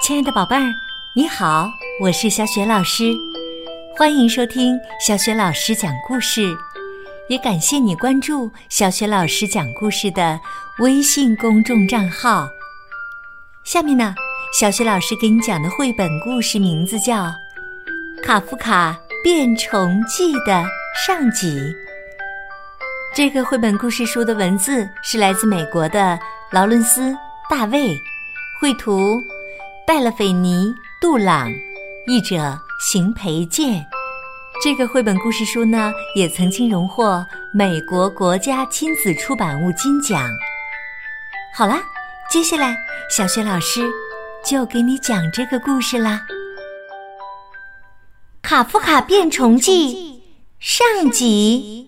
亲爱的宝贝儿，你好，我是小雪老师，欢迎收听小雪老师讲故事，也感谢你关注小雪老师讲故事的微信公众账号。下面呢，小雪老师给你讲的绘本故事名字叫《卡夫卡变虫记》的上集。这个绘本故事书的文字是来自美国的劳伦斯·大卫，绘图戴勒斐尼·杜朗，译者邢培建。这个绘本故事书呢，也曾经荣获美国国家亲子出版物金奖。好啦，接下来小雪老师就给你讲这个故事啦。卡夫卡变虫记上集。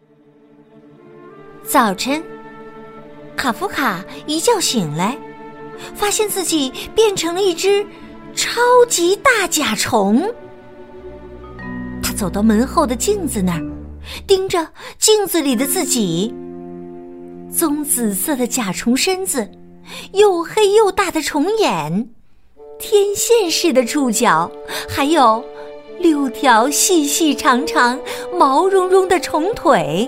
早晨，卡夫卡一觉醒来，发现自己变成了一只超级大甲虫。他走到门后的镜子那儿，盯着镜子里的自己。棕紫色的甲虫身子，又黑又大的虫眼，天线似的触角，还有6条细细长长、毛茸茸的虫腿。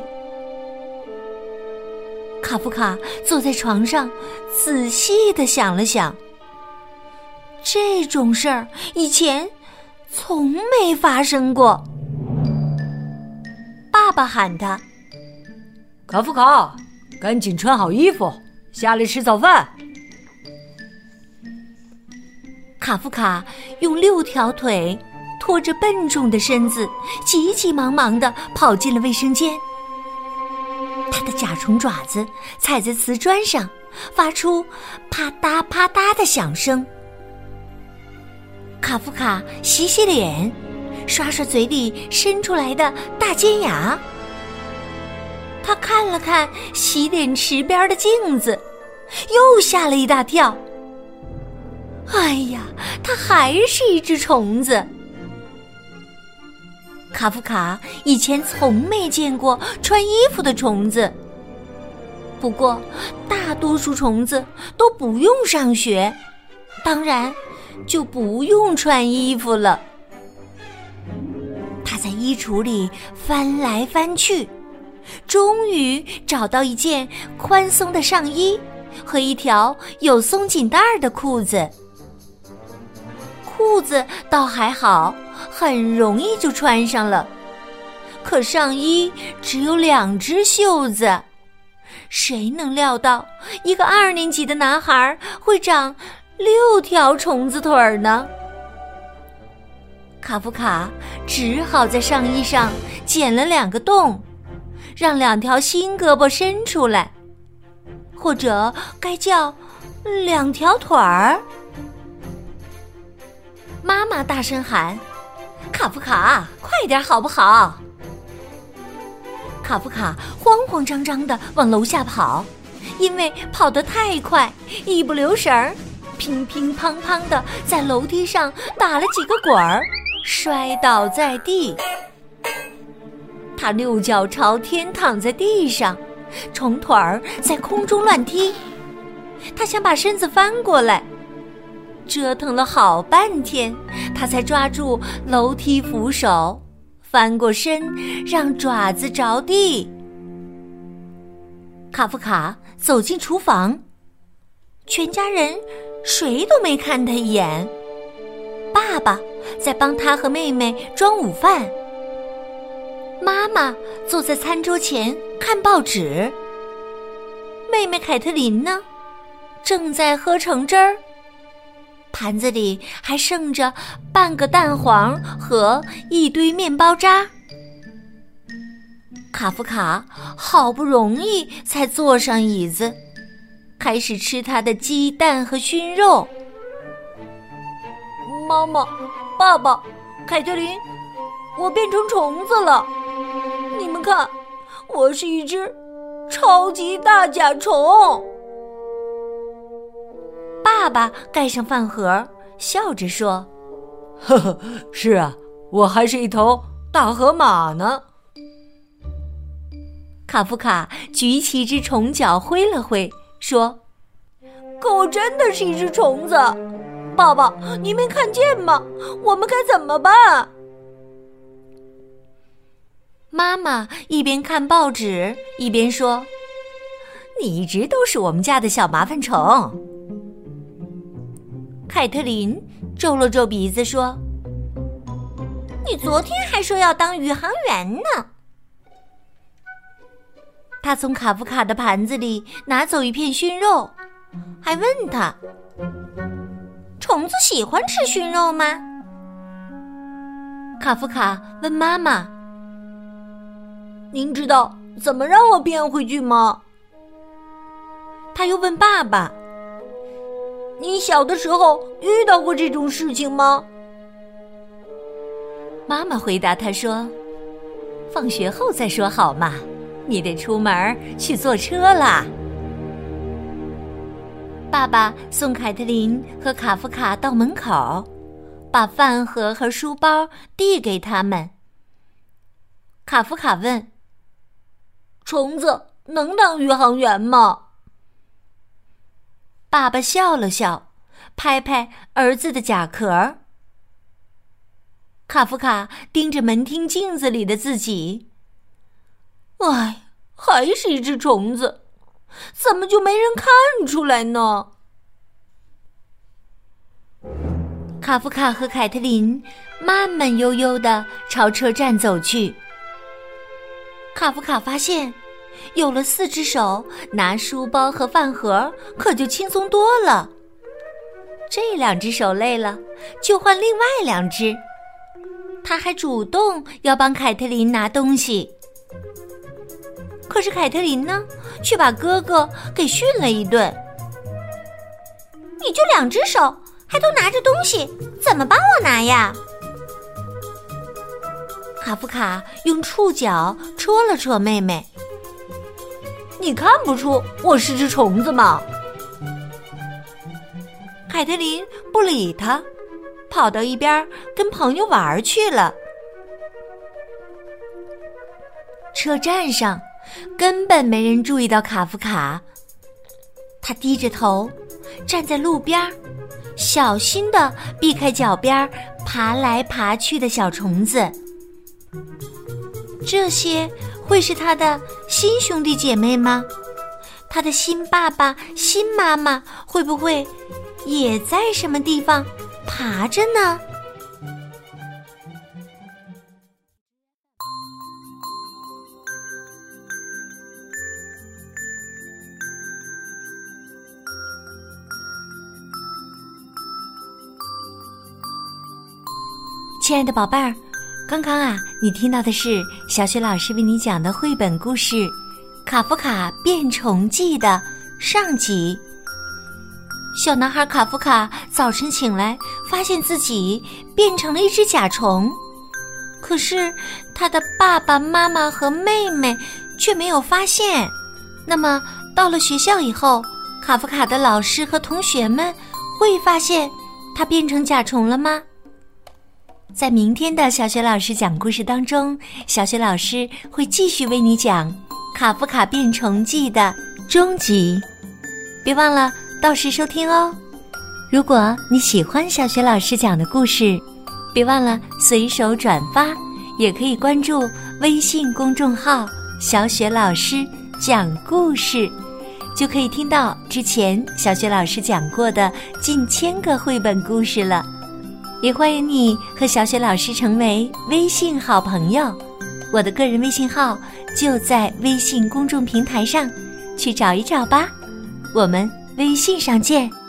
卡夫卡坐在床上，仔细地想了想，这种事儿以前从没发生过。爸爸喊他：“ 卡夫卡，赶紧穿好衣服，下来吃早饭。” 卡夫卡用6条腿拖着笨重的身子，急急忙忙地跑进了卫生间。他的甲虫爪子踩在瓷砖上，发出啪嗒啪嗒的响声。卡夫卡洗洗脸，刷刷嘴里伸出来的大尖牙。他看了看洗脸池边的镜子，又吓了一大跳。哎呀，他还是一只虫子。卡夫卡以前从没见过穿衣服的虫子，不过大多数虫子都不用上学，当然就不用穿衣服了。他在衣橱里翻来翻去，终于找到一件宽松的上衣和一条有松紧带的裤子。裤子倒还好，很容易就穿上了，可上衣只有2只袖子。谁能料到一个2年级的男孩会长6条虫子腿呢？卡夫卡只好在上衣上剪了2个洞，让2条新胳膊伸出来，或者该叫2条腿儿。妈妈大声喊：“卡夫卡，快点好不好？”卡夫卡慌慌张张地往楼下跑，因为跑得太快，一不留神儿，乒乒乓乓地在楼梯上打了几个滚儿，摔倒在地。他6脚朝天躺在地上，虫腿儿在空中乱踢。他想把身子翻过来，折腾了好半天，他才抓住楼梯扶手，翻过身，让爪子着地。卡夫卡走进厨房，全家人谁都没看他一眼。爸爸在帮他和妹妹装午饭，妈妈坐在餐桌前看报纸，妹妹凯特琳呢，正在喝橙汁儿。盘子里还剩着半个蛋黄和一堆面包渣。卡夫卡好不容易才坐上椅子，开始吃他的鸡蛋和熏肉。妈妈，爸爸，凯特琳，我变成虫子了！你们看，我是一只超级大甲虫。爸爸盖上饭盒，笑着说：“ 呵呵，是啊，我还是一头大河马呢。” 卡夫卡举起一只虫脚挥了挥，说：“可我真的是一只虫子， 爸爸，你没看见吗？我们该怎么办？ 妈妈一边看报纸一边说：“ 你一直都是我们家的小麻烦虫。” 凯特琳皱了皱鼻子说：“ 你昨天还说要当宇航员呢。” 他从卡夫卡的盘子里拿走一片熏肉，还问他：“ 虫子喜欢吃熏肉吗？” 卡夫卡问妈妈：“ 您知道怎么让我变回去吗？” 他又问爸爸：“ 你小的时候遇到过这种事情吗？” 妈妈回答他说：“ 放学后再说好吗？你得出门去坐车啦。” 爸爸送凯特琳和卡夫卡到门口，把饭盒和书包递给他们。卡夫卡问：“ 虫子能当宇航员吗？” 爸爸笑了笑，拍拍儿子的甲壳。卡夫卡盯着门厅镜子里的自己， 哎，还是一只虫子，怎么就没人看出来呢？ 卡夫卡和凯特琳慢慢悠悠地朝车站走去。卡夫卡发现，有了4只手，拿书包和饭盒可就轻松多了。这2只手累了，就换另外2只。他还主动要帮凯特琳拿东西。可是凯特琳呢，却把哥哥给训了一顿。 你就2只手，还都拿着东西，怎么帮我拿呀？ 卡夫卡用触角戳了戳妹妹。 你看不出我是只虫子吗？ 凯特琳不理他，跑到一边跟朋友玩去了。车站上根本没人注意到卡夫卡，他低着头站在路边，小心地避开脚边爬来爬去的小虫子。这些会是他的新兄弟姐妹吗？他的新爸爸、新妈妈会不会也在什么地方爬着呢？亲爱的宝贝儿，刚刚你听到的是小雪老师为你讲的绘本故事《卡夫卡变虫记》的上集。小男孩卡夫卡早晨醒来，发现自己变成了一只甲虫，可是他的爸爸妈妈和妹妹却没有发现。那么到了学校以后，卡夫卡的老师和同学们会发现他变成甲虫了吗？在明天的小雪老师讲故事当中，小雪老师会继续为你讲《卡夫卡变虫记》的终集，别忘了到时收听哦。如果你喜欢小雪老师讲的故事，别忘了随手转发，也可以关注微信公众号小雪老师讲故事，就可以听到之前小雪老师讲过的近1000个绘本故事了。也欢迎你和小雪老师成为微信好朋友，我的个人微信号就在微信公众平台上，去找一找吧。我们微信上见。